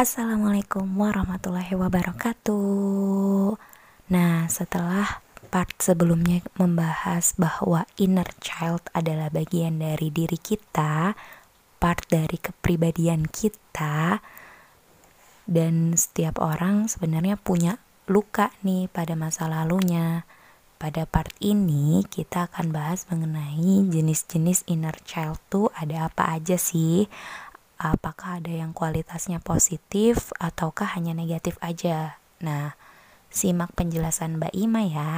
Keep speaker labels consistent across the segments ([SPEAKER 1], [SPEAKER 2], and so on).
[SPEAKER 1] Assalamualaikum warahmatullahi wabarakatuh. Nah, setelah part sebelumnya membahas bahwa inner child adalah bagian dari diri kita, part dari kepribadian kita, dan setiap orang sebenarnya punya luka nih pada masa lalunya. Pada part ini kita akan bahas mengenai jenis-jenis inner child tuh ada apa aja sih? Apakah ada yang kualitasnya positif ataukah hanya negatif aja? Nah, simak penjelasan Mbak Ima ya.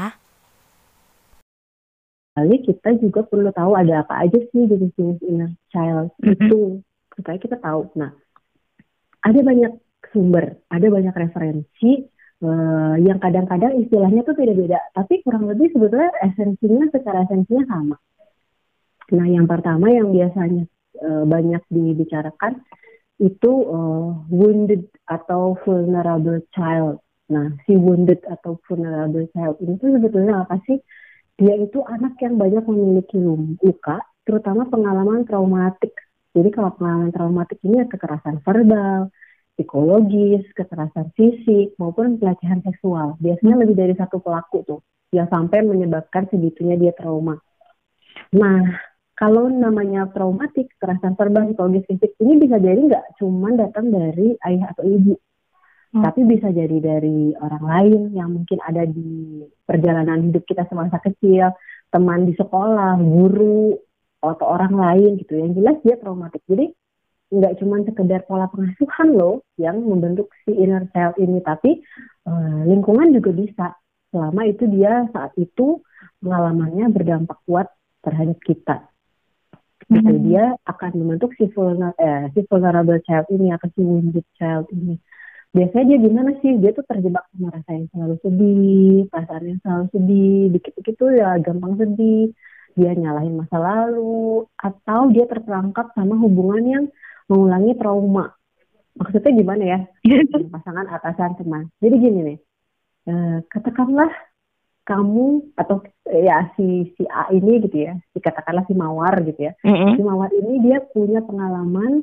[SPEAKER 2] Kali kita juga perlu tahu ada apa aja sih jenis-jenis inner child itu supaya kita tahu. Nah, ada banyak sumber, ada banyak referensi yang kadang-kadang istilahnya tuh beda-beda, tapi kurang lebih sebetulnya secara esensinya sama. Nah, yang pertama yang biasanya banyak dibicarakan itu wounded atau vulnerable child. Nah, si wounded atau vulnerable child ini tuh sebetulnya apa sih? Dia itu anak yang banyak memiliki luka, terutama pengalaman traumatik. Jadi kalau pengalaman traumatik ini ya kekerasan verbal, psikologis, kekerasan fisik, maupun pelecehan seksual. Biasanya lebih dari satu pelaku tuh, yang sampai menyebabkan segitunya dia trauma. Nah, kalau namanya traumatik, kekerasan verbal, psikologis, fisik, ini bisa jadi nggak cuma datang dari ayah atau ibu. Tapi bisa jadi dari orang lain yang mungkin ada di perjalanan hidup kita semasa kecil, teman di sekolah, guru, atau orang lain gitu. Yang jelas dia traumatik. Jadi nggak cuma sekedar pola pengasuhan loh yang membentuk si inner child ini, tapi lingkungan juga bisa. Selama itu dia saat itu pengalamannya berdampak kuat terhadap kita. Gitu. Dia akan membentuk si vulnerable child ini atau si wounded child ini. Biasanya dia gimana sih? Dia tuh terjebak sama rasa yang selalu sedih, perasaan yang selalu sedih, dikit-dikit tuh ya gampang sedih, dia nyalahin masa lalu, atau dia terperangkap sama hubungan yang mengulangi trauma. Maksudnya gimana ya? Pasangan, atasan, teman. Jadi gini nih, katakanlah kamu atau ya si A ini gitu ya, katakanlah si Mawar gitu ya. Si Mawar ini dia punya pengalaman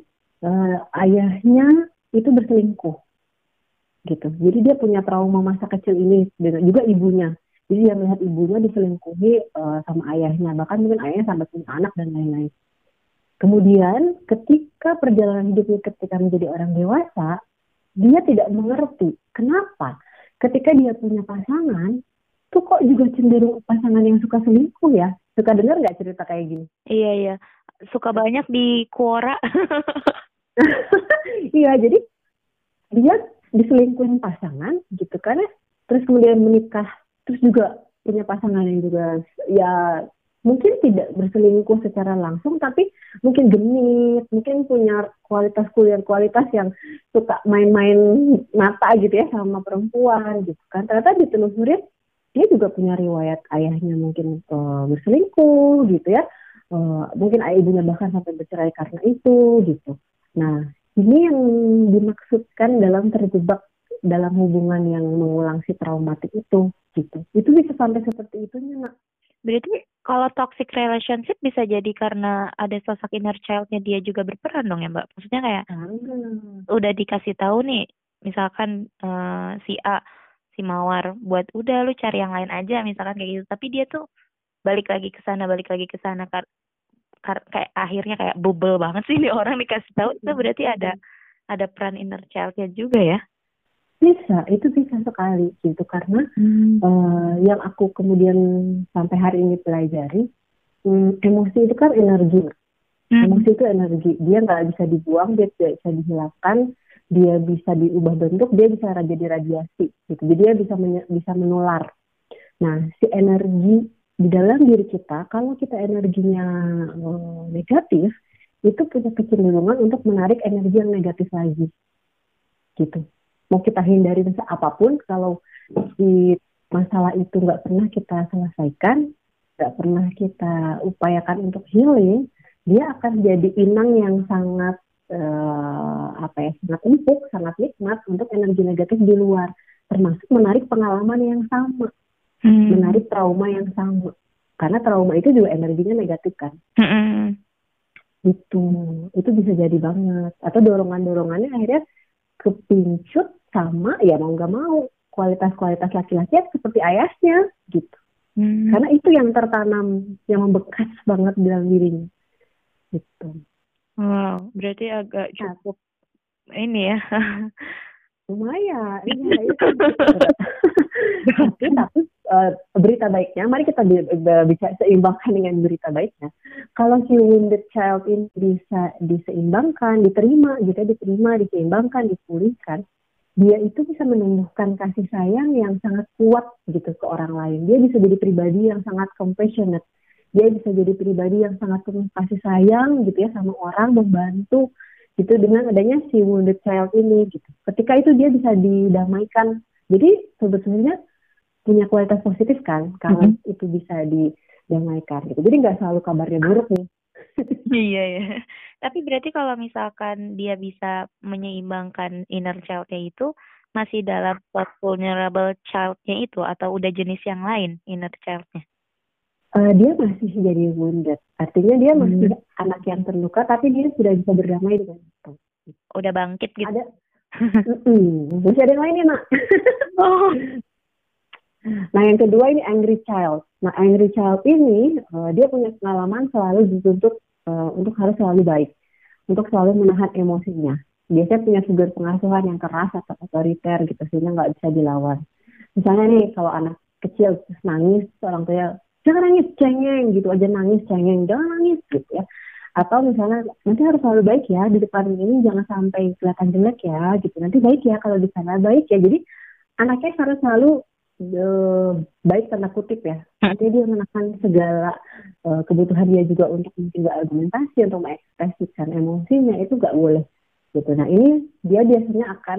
[SPEAKER 2] ayahnya itu berselingkuh. Gitu. Jadi dia punya trauma masa kecil ini dengan juga ibunya. Jadi dia melihat ibunya diselingkuhi sama ayahnya, bahkan mungkin ayahnya sampai punya anak dan lain-lain. Kemudian ketika perjalanan hidupnya ketika menjadi orang dewasa, dia tidak mengerti kenapa ketika dia punya pasangan, tuh kok juga cenderung pasangan yang suka selingkuh ya. Suka dengar nggak cerita kayak gini?
[SPEAKER 3] Iya, suka banyak di Quora.
[SPEAKER 2] Iya, jadi dia diselingkuhin pasangan gitu kan ya, terus kemudian menikah, terus juga punya pasangan yang juga ya mungkin tidak berselingkuh secara langsung, tapi mungkin genit, mungkin punya kualitas yang suka main-main mata gitu ya sama perempuan gitu kan. Ternyata ditelusurin dia juga punya riwayat ayahnya mungkin berselingkuh gitu ya, mungkin ayah ibunya bahkan sampai bercerai karena itu gitu. Nah, ini yang dimaksudkan dalam terjebak dalam hubungan yang mengulang si traumatik itu, gitu. Itu bisa sampai seperti itunya, Nak.
[SPEAKER 3] Berarti kalau toxic relationship bisa jadi karena ada sosok inner child-nya dia juga berperan dong ya, Mbak? Maksudnya kayak udah dikasih tahu nih, misalkan si A, si Mawar, buat udah lu cari yang lain aja, misalkan kayak gitu. Tapi dia tuh balik lagi ke sana, kayak akhirnya kayak bubble banget sih nih orang dikasih tahu. Itu berarti ada peran inner child-nya juga ya?
[SPEAKER 2] Bisa, itu bisa sekali gitu karena yang aku kemudian sampai hari ini pelajari, emosi itu kan energi. Emosi itu energi, dia nggak bisa dibuang, dia tidak bisa dihilangkan, dia bisa diubah bentuk, dia bisa jadi radiasi gitu. Jadi dia bisa menular. Nah, si energi di dalam diri kita, kalau kita energinya negatif, itu punya kecenderungan untuk menarik energi yang negatif lagi gitu. Mau kita hindari apapun, kalau si masalah itu nggak pernah kita selesaikan, nggak pernah kita upayakan untuk healing, dia akan jadi inang yang sangat sangat empuk, sangat nikmat untuk energi negatif di luar, termasuk menarik pengalaman yang sama, menarik trauma yang sama, karena trauma itu juga energinya negatif kan. Itu bisa jadi banget, atau dorongannya akhirnya kepincut sama ya mau nggak mau kualitas-kualitas laki-laki seperti ayahnya gitu. Karena itu yang tertanam, yang membekas banget dalam dirinya gitu.
[SPEAKER 3] Wow, berarti agak cukup ini ya.
[SPEAKER 2] Lumayan, iya itu. tapi berita baiknya, mari kita bisa seimbangkan dengan berita baiknya. Kalau si wounded child ini bisa diseimbangkan, diterima, diseimbangkan, dipulihkan, dia itu bisa menumbuhkan kasih sayang yang sangat kuat gitu ke orang lain. Dia bisa jadi pribadi yang sangat compassionate. Dia bisa jadi pribadi yang sangat penuh kasih sayang gitu ya sama orang, membantu gitu dengan adanya si wounded child ini gitu. Ketika itu dia bisa didamaikan. Jadi sebetulnya punya kualitas positif kan kalau itu bisa didamaikan gitu. Jadi nggak selalu kabarnya buruk nih.
[SPEAKER 3] Iya ya. Tapi berarti kalau misalkan dia bisa menyeimbangkan inner child-nya itu masih dalam vulnerable child-nya itu atau udah jenis yang lain inner child-nya?
[SPEAKER 2] Dia masih jadi wounded. Artinya dia masih anak yang terluka, tapi dia sudah bisa berdamai dengan itu.
[SPEAKER 3] Udah bangkit gitu?
[SPEAKER 2] Ada. Masih ada yang lain ya, Nak. Nah, yang kedua ini angry child. Nah, angry child ini dia punya pengalaman selalu dituntut untuk harus selalu baik, untuk selalu menahan emosinya. Biasanya punya figur pengasuhan yang keras atau otoriter gitu, sehingga nggak bisa dilawan. Misalnya nih, kalau anak kecil terus nangis, orang tua jangan nangis, cengeng gitu aja, nangis cengeng, jangan nangis gitu ya. Atau misalnya nanti harus selalu baik ya di depan ini, jangan sampai kelihatan jelek ya gitu. Nanti baik ya kalau di sana baik ya. Jadi anaknya harus selalu baik tanda kutip ya. Nanti dia menekan segala kebutuhan dia juga untuk mencegah argumentasi, untuk mengekspresikan emosinya itu nggak boleh gitu. Nah ini dia biasanya akan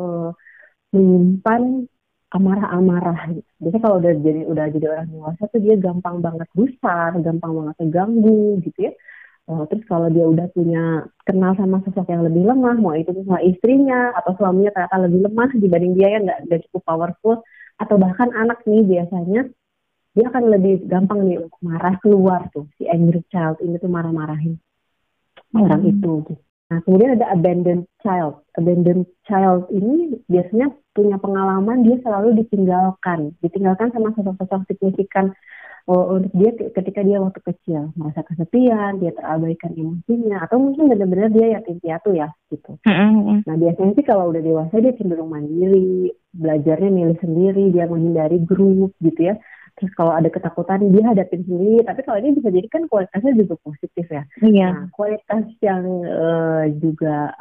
[SPEAKER 2] menyimpan amarah-amarah gitu. Biasanya kalau udah jadi orang dewasa tuh dia gampang banget gusar, gampang banget terganggu gitu ya. Terus kalau dia udah punya kenal sama sosok yang lebih lemah, mau itu sama istrinya atau suaminya ternyata lebih lemah dibanding dia yang nggak cukup powerful, atau bahkan anak nih biasanya dia akan lebih gampang nih untuk marah keluar tuh si angry child ini tuh marah-marahin orang itu gitu. Nah, kemudian ada abandoned child. Abandoned child ini biasanya punya pengalaman dia selalu ditinggalkan sama sosok-sosok signifikan untuk dia ketika dia waktu kecil, merasa kesepian, dia terabaikan emosinya, atau mungkin benar-benar dia yatim piatu ya gitu. Nah, biasanya sih kalau udah dewasa dia cenderung mandiri, belajarnya milih sendiri, dia menghindari grup gitu ya. Terus kalau ada ketakutan dia hadapin sendiri, tapi kalau ini bisa jadi kan kualitasnya juga positif ya.
[SPEAKER 3] Iya.
[SPEAKER 2] Nah, kualitas yang juga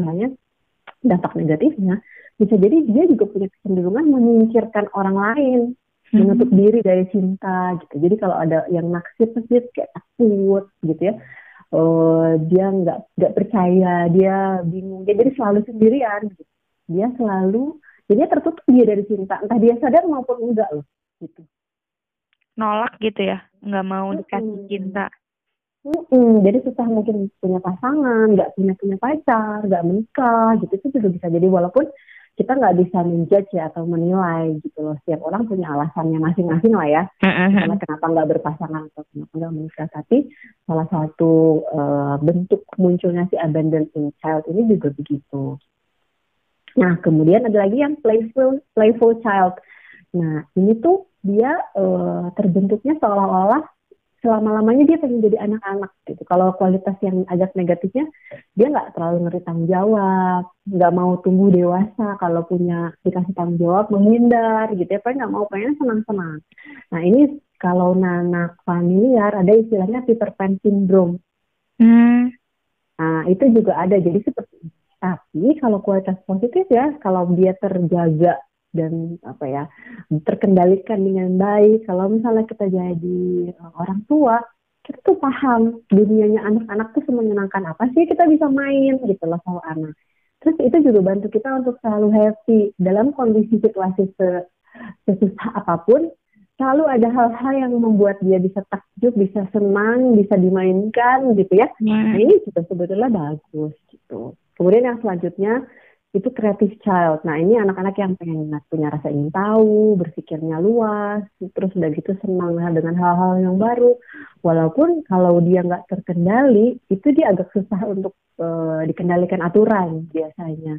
[SPEAKER 2] dampak negatifnya bisa jadi dia juga punya kecenderungan menyingkirkan orang lain, menutup diri dari cinta gitu. Jadi kalau ada yang naksir kayak takut gitu ya, dia nggak percaya, dia bingung, dia jadi selalu sendirian gitu. Dia selalu jadi tertutup dia dari cinta, entah dia sadar maupun enggak loh gitu.
[SPEAKER 3] Nolak gitu ya, nggak mau dikasih cinta.
[SPEAKER 2] Jadi susah mungkin punya pasangan, nggak punya pacar, nggak menikah gitu. Itu juga bisa jadi, walaupun kita nggak bisa menjudge ya atau menilai gitu loh. Setiap orang punya alasannya masing-masing lah ya. Karena kenapa nggak berpasangan atau kenapa nggak menikah. Tapi salah satu bentuk munculnya si abandoned child ini juga begitu. Nah, kemudian ada lagi yang playful child. Nah, ini tuh dia terbentuknya seolah-olah selama-lamanya dia pengen jadi anak-anak gitu. Kalau kualitas yang agak negatifnya, dia nggak terlalu ngerti tanggung jawab, nggak mau tumbuh dewasa. Kalau punya dikasih tanggung jawab, menghindar gitu ya, pengen senang-senang. Nah, ini kalau anak familiar ada istilahnya Peter Pan syndrome. Nah, itu juga ada. Jadi seperti itu. Tapi kalau kualitas positif ya, kalau dia terjaga dan terkendalikan dengan baik. Kalau misalnya kita jadi orang tua, kita tuh paham dunianya anak-anak tuh semenyenangkan apa sih kita bisa main gitu loh sama anak. Terus itu juga bantu kita untuk selalu happy dalam kondisi situasi sesusah apapun. Selalu ada hal-hal yang membuat dia bisa takjub, bisa senang, bisa dimainkan gitu ya. Nah, ini juga sebetulnya bagus gitu. Kemudian yang selanjutnya itu creative child. Nah, ini anak-anak yang pengen punya rasa ingin tahu, berpikirnya luas, terus udah gitu senang dengan hal-hal yang baru. Walaupun kalau dia nggak terkendali, itu dia agak susah untuk dikendalikan aturan biasanya.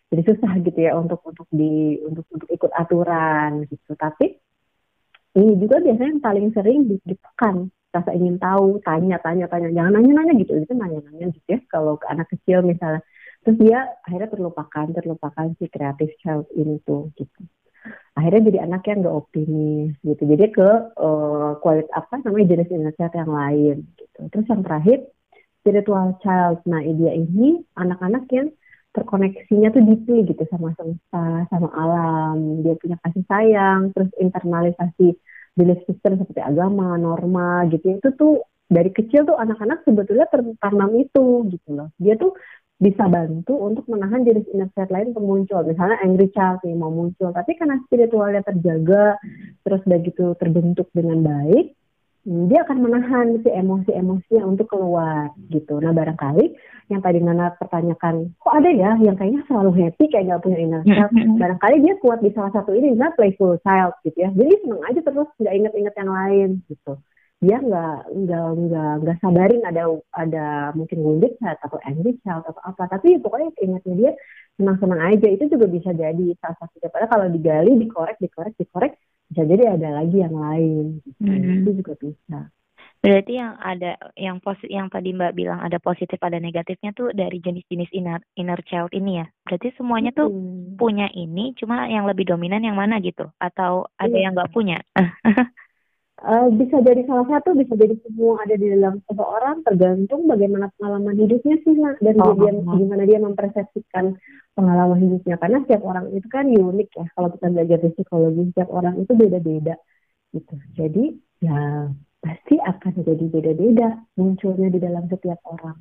[SPEAKER 2] jadi susah gitu ya untuk ikut aturan gitu. Tapi ini juga biasanya yang paling sering ditekan rasa ingin tahu, tanya, jangan nanya-nanya gitu, itu nanya-nanya gitu ya kalau ke anak kecil misalnya. Terus dia akhirnya terlupakan si kreatif child ini tuh gitu. Akhirnya jadi anak yang nggak optimis gitu. Jadi ke kualitas apa namanya jenis inner child yang lain gitu. Terus yang terakhir spiritual child. Nah, dia ini anak-anak yang terkoneksinya tuh deeply gitu sama semesta, sama alam. Dia punya kasih sayang, terus internalisasi belief system seperti agama, norma gitu. Itu tuh dari kecil tuh anak-anak sebetulnya tertanam itu gitu loh. Dia tuh bisa bantu untuk menahan jenis inner child lain untuk muncul. Misalnya angry child nih mau muncul, tapi karena spiritualnya terjaga, terus udah gitu terbentuk dengan baik, dia akan menahan si emosi-emosinya untuk keluar gitu. Nah barangkali yang tadi Nana pertanyakan, kok ada ya yang kayaknya selalu happy kayak nggak punya inner child, barangkali dia kuat di salah satu ini, misalnya playful child gitu ya. Jadi seneng aja terus, nggak inget-inget yang lain gitu. Dia nggak sabarin ada mungkin wounded child atau angry child atau apa, tapi pokoknya ingatnya dia senang-senang aja. Itu juga bisa jadi salah satu. Padahal kalau digali, dikorek, bisa jadi ada lagi yang lain gitu. Itu juga bisa.
[SPEAKER 3] Berarti yang ada yang tadi Mbak bilang ada positif ada negatifnya tuh dari jenis-jenis inner child ini ya. Berarti semuanya tuh punya ini, cuma yang lebih dominan yang mana gitu? Atau ada yang nggak punya?
[SPEAKER 2] Bisa jadi salah satu, bisa jadi semua ada di dalam seseorang, tergantung bagaimana pengalaman hidupnya sih, Nak, dan gimana dia mempersepsikan pengalaman hidupnya. Karena setiap orang itu kan unik ya. Kalau kita belajar di psikologi, setiap orang itu beda-beda gitu. Jadi ya pasti akan jadi beda-beda munculnya di dalam setiap orang.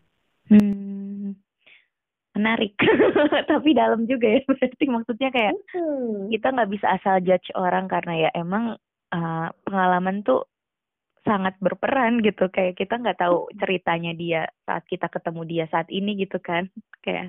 [SPEAKER 3] Menarik. Tapi dalam juga ya. Berarti maksudnya kayak kita nggak bisa asal judge orang karena ya emang pengalaman tuh sangat berperan gitu. Kayak kita nggak tahu ceritanya dia saat kita ketemu dia saat ini gitu kan. Kayak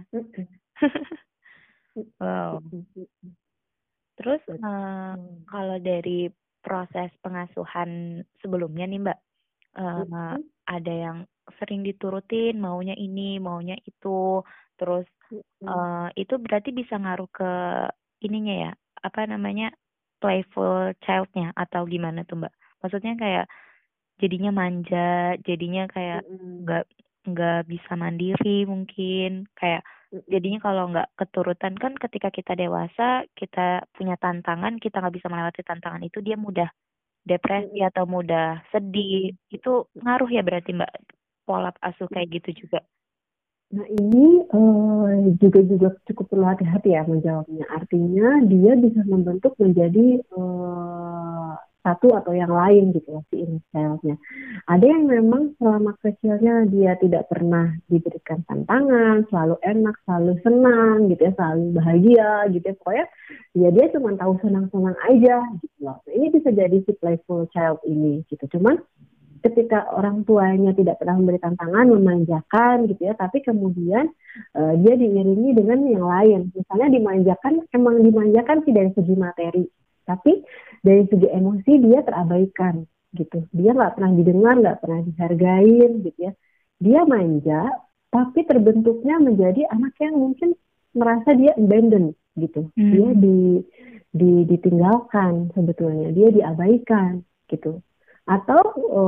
[SPEAKER 3] wow. Terus kalau dari proses pengasuhan sebelumnya nih Mbak, ada yang sering diturutin maunya ini, maunya itu, terus itu berarti bisa ngaruh ke ininya ya, apa namanya, playful child-nya atau gimana tuh Mbak? Maksudnya kayak jadinya manja, jadinya kayak nggak bisa mandiri mungkin, kayak jadinya kalau nggak keturutan kan ketika kita dewasa kita punya tantangan, kita nggak bisa melewati tantangan itu, dia mudah depresi atau mudah sedih. Itu ngaruh ya berarti Mbak pola asuh kayak gitu juga?
[SPEAKER 2] Nah ini juga cukup perlu hati-hati ya menjawabnya. Artinya dia bisa membentuk menjadi satu atau yang lain gitu loh si inner child-nya. Ada yang memang selama kecilnya dia tidak pernah diberikan tantangan, selalu enak, selalu senang gitu ya, selalu bahagia gitu ya. Pokoknya ya dia cuma tahu senang-senang aja gitu loh. Nah, ini bisa jadi si playful child ini gitu. Cuman ketika orang tuanya tidak pernah memberi tantangan, memanjakan gitu ya, tapi kemudian dia diiringi dengan yang lain. Misalnya emang dimanjakan sih dari segi materi, tapi dari segi emosi dia terabaikan gitu. Dia nggak pernah didengar, nggak pernah dihargain gitu ya. Dia manja, tapi terbentuknya menjadi anak yang mungkin merasa dia abandoned gitu. Dia ditinggalkan sebetulnya, dia diabaikan gitu. Atau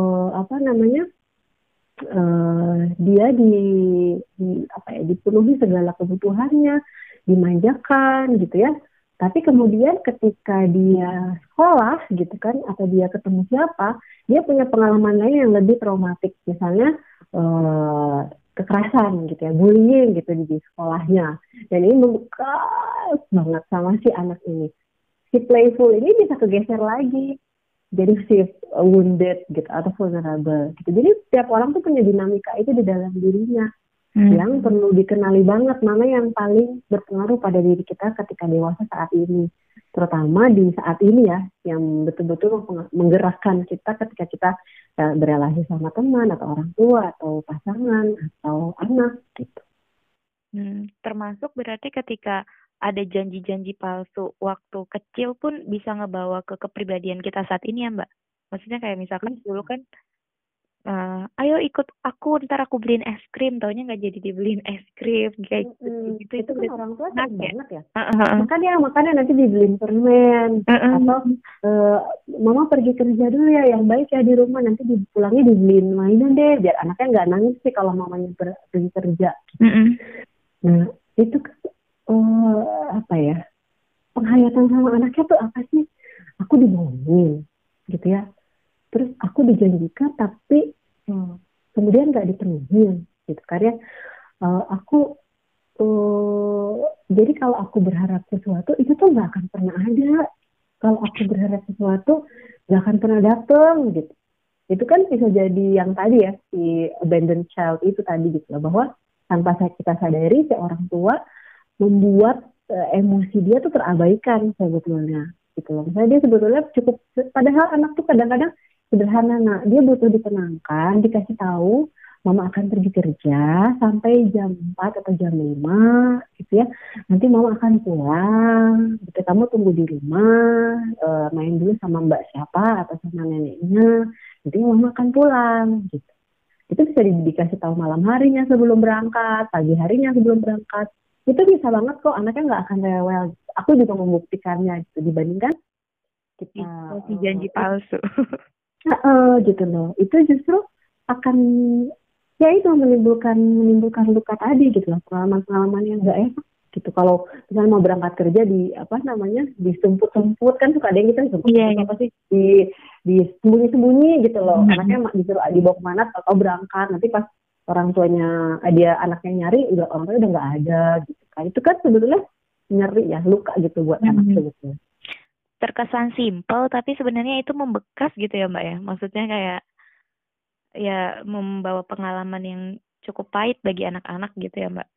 [SPEAKER 2] dia dipenuhi segala kebutuhannya, dimanjakan gitu ya. Tapi kemudian ketika dia sekolah gitu kan, atau dia ketemu siapa, dia punya pengalaman lain yang lebih traumatik, misalnya kekerasan gitu ya, bullying gitu di sekolahnya, dan ini membekas banget sama si anak ini. Si playful ini bisa kegeser lagi jadi si wounded gitu atau vulnerable gitu. Jadi setiap orang tuh punya dinamika itu di dalam dirinya yang perlu dikenali banget, mana yang paling berpengaruh pada diri kita ketika dewasa saat ini, terutama di saat ini ya, yang betul-betul menggerakkan kita ketika kita berrelasi sama teman atau orang tua atau pasangan atau anak gitu.
[SPEAKER 3] Termasuk berarti ketika ada janji-janji palsu waktu kecil pun bisa ngebawa ke kepribadian kita saat ini ya Mbak? Maksudnya kayak misalkan dulu kan ayo ikut aku, ntar aku beliin es krim, taunya nggak jadi dibeliin es krim kayak gitu
[SPEAKER 2] Itu kan orang tua
[SPEAKER 3] enak
[SPEAKER 2] sering
[SPEAKER 3] ya.
[SPEAKER 2] banget ya. Makanya nanti dibeliin permen atau mama pergi kerja dulu ya, yang baik ya di rumah, nanti pulangnya dibeliin mainan deh biar anaknya nggak nangis sih kalau mamanya pergi kerja. Nah itu kan apa ya, penghayatan sama anaknya tuh apa sih? Aku dibohongin gitu ya. Terus aku dijanjikan tapi kemudian nggak dipenuhi gitu. Karena aku jadi kalau aku berharap sesuatu itu tuh nggak akan pernah ada. Kalau aku berharap sesuatu nggak akan pernah datang gitu. Itu kan bisa jadi yang tadi ya, si abandoned child itu tadi gitu loh, bahwa tanpa kita sadari si orang tua membuat emosi dia tuh terabaikan sebetulnya gitu loh. Misalnya dia sebetulnya cukup, padahal anak tuh kadang-kadang sederhana, nah dia butuh ditenangkan, dikasih tahu mama akan pergi kerja sampai jam 4 atau jam 5 gitu ya. Nanti mama akan pulang, gitu. Kamu tunggu di rumah, main dulu sama mbak siapa atau sama neneknya. Nanti mama akan pulang gitu. Itu bisa dikasih tahu malam harinya sebelum berangkat, pagi harinya sebelum berangkat. Itu bisa banget kok, anaknya nggak akan rewel. Aku juga membuktikannya gitu, dibandingkan kita
[SPEAKER 3] janji palsu.
[SPEAKER 2] gitu loh. Itu justru akan ya itu menimbulkan luka tadi gitu loh, pengalaman-pengalaman yang nggak enak gitu. Kalau misalnya mau berangkat kerja di apa namanya, disumput-sumput kan, suka ada yang gitu sumput apa sih, di sembunyi-sembunyi gitu loh. Anaknya disuruh dibawa kemana atau berangkat, nanti pas orang tuanya dia anaknya nyari orang tuanya udah nggak ada gitu kan. Itu kan sebetulnya nyeri ya, luka gitu buat anak sebetulnya.
[SPEAKER 3] Terkesan simpel tapi sebenarnya itu membekas gitu ya Mbak ya. Maksudnya kayak ya membawa pengalaman yang cukup pahit bagi anak-anak gitu ya Mbak.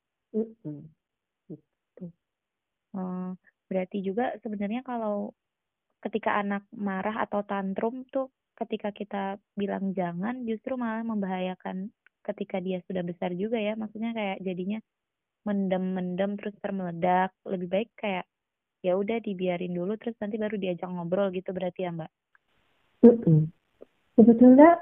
[SPEAKER 3] Berarti juga sebenarnya kalau ketika anak marah atau tantrum tuh, ketika kita bilang jangan, justru malah membahayakan ketika dia sudah besar juga ya. Maksudnya kayak jadinya mendem terus termeledak. Lebih baik kayak ya udah dibiarin dulu, terus nanti baru diajak ngobrol gitu berarti ya Mbak.
[SPEAKER 2] Sebetulnya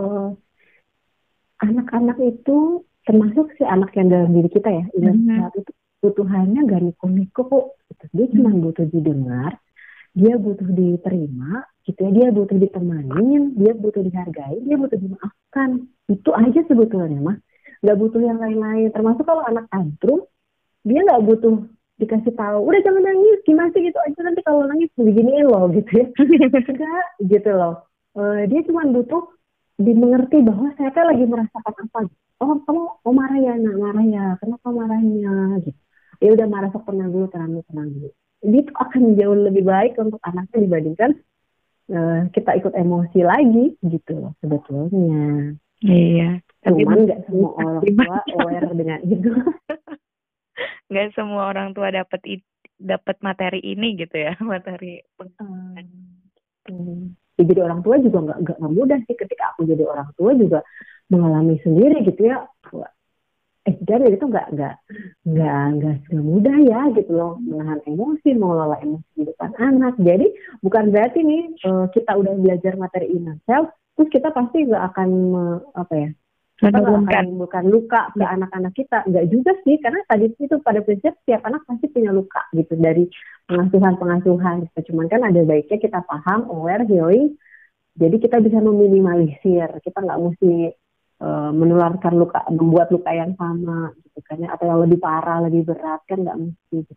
[SPEAKER 2] anak-anak itu termasuk si anak yang dalam diri kita ya, saat itu kebutuhannya gak niko-niko kok gitu. Dia cuma butuh didengar, dia butuh diterima gitu ya, dia butuh ditemanin, dia butuh dihargai, dia butuh dimaafkan. Itu aja sebetulnya mah, gak butuh yang lain-lain. Termasuk kalau anak tantrum, dia gak butuh dikasih tahu udah jangan nangis, gimana sih gitu aja, nanti kalau nangis beginiin loh gitu ya. Enggak gitu loh. Dia cuma butuh dimengerti bahwa saya tuh lagi merasakan apa. Oh kamu marah ya, nak marah ya, kenapa marahnya gitu. Ya udah marah, sok tenang dulu. Jadi itu akan jauh lebih baik untuk anaknya dibandingkan kita ikut emosi lagi gitu loh sebetulnya.
[SPEAKER 3] Iya.
[SPEAKER 2] Cuman nggak semua orang tua aware dengan itu.
[SPEAKER 3] Nggak semua orang tua dapat materi ini gitu ya, materi.
[SPEAKER 2] Jadi orang tua juga nggak mudah sih. Ketika aku jadi orang tua juga mengalami sendiri gitu ya. Jadi itu nggak mudah ya gitu loh, menahan emosi, mengelola emosi di depan anak. Jadi bukan berarti nih kita udah belajar materi inner self, terus kita pasti nggak akan kita nggak akan menimbulkan luka ke anak-anak kita. Nggak juga sih, karena tadi itu pada prinsip setiap anak pasti punya luka gitu dari pengasuhan gitu. Cuman kan ada baiknya kita paham, aware, healing. Jadi kita bisa meminimalisir. Kita nggak mesti menularkan luka, membuat luka yang sama gitu kan ya, atau yang lebih parah, lebih berat kan nggak mesti gitu.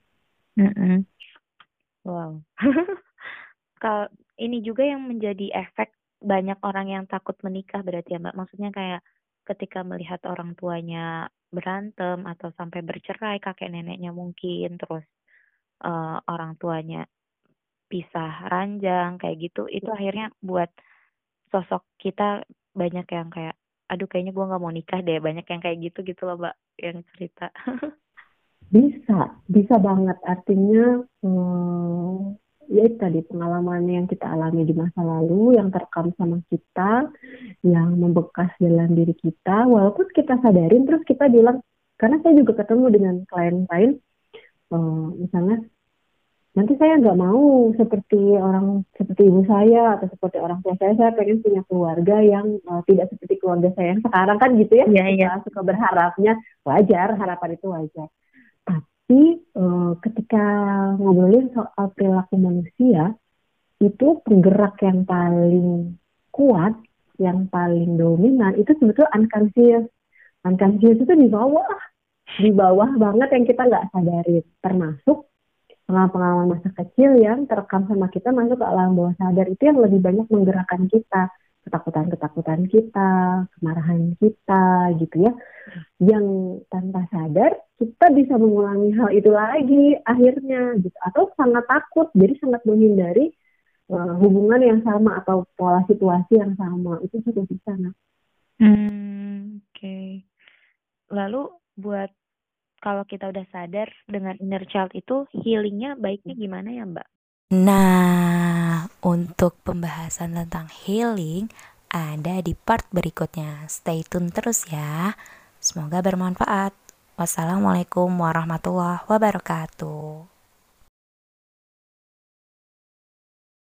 [SPEAKER 3] Wow. Kalau ini juga yang menjadi efek banyak orang yang takut menikah berarti ya Mbak. Maksudnya kayak ketika melihat orang tuanya berantem atau sampai bercerai, kakek neneknya mungkin, terus orang tuanya pisah ranjang kayak gitu, itu akhirnya buat sosok kita banyak yang kayak aduh kayaknya gue nggak mau nikah deh, banyak yang kayak gitu loh Mbak yang cerita.
[SPEAKER 2] Bisa banget, artinya ya itu tadi pengalaman yang kita alami di masa lalu yang terekam sama kita, yang membekas dalam diri kita, walaupun kita sadarin terus kita bilang, karena saya juga ketemu dengan klien-klien misalnya nanti saya nggak mau seperti ibu saya atau seperti orang tua saya pengen punya keluarga yang tidak seperti keluarga saya yang sekarang kan gitu ya. Suka berharapnya, wajar, harapan itu wajar. Tapi ketika ngobrolin soal perilaku manusia, itu penggerak yang paling kuat, yang paling dominan itu sebetulnya unconscious. Unconscious itu di bawah banget yang kita nggak sadarin, termasuk pengalaman masa kecil yang terekam sama kita masuk ke alam bawah sadar, itu yang lebih banyak menggerakkan kita, ketakutan kita, kemarahan kita gitu ya, yang tanpa sadar kita bisa mengulangi hal itu lagi akhirnya gitu, atau sangat takut jadi sangat menghindari hubungan yang sama atau pola situasi yang sama, itu juga bisa.
[SPEAKER 3] Oke. Lalu buat kalau kita udah sadar dengan inner child itu healingnya baiknya gimana ya Mbak?
[SPEAKER 1] Nah, untuk pembahasan tentang healing ada di part berikutnya. Stay tune terus ya. Semoga bermanfaat. Wassalamualaikum warahmatullahi wabarakatuh.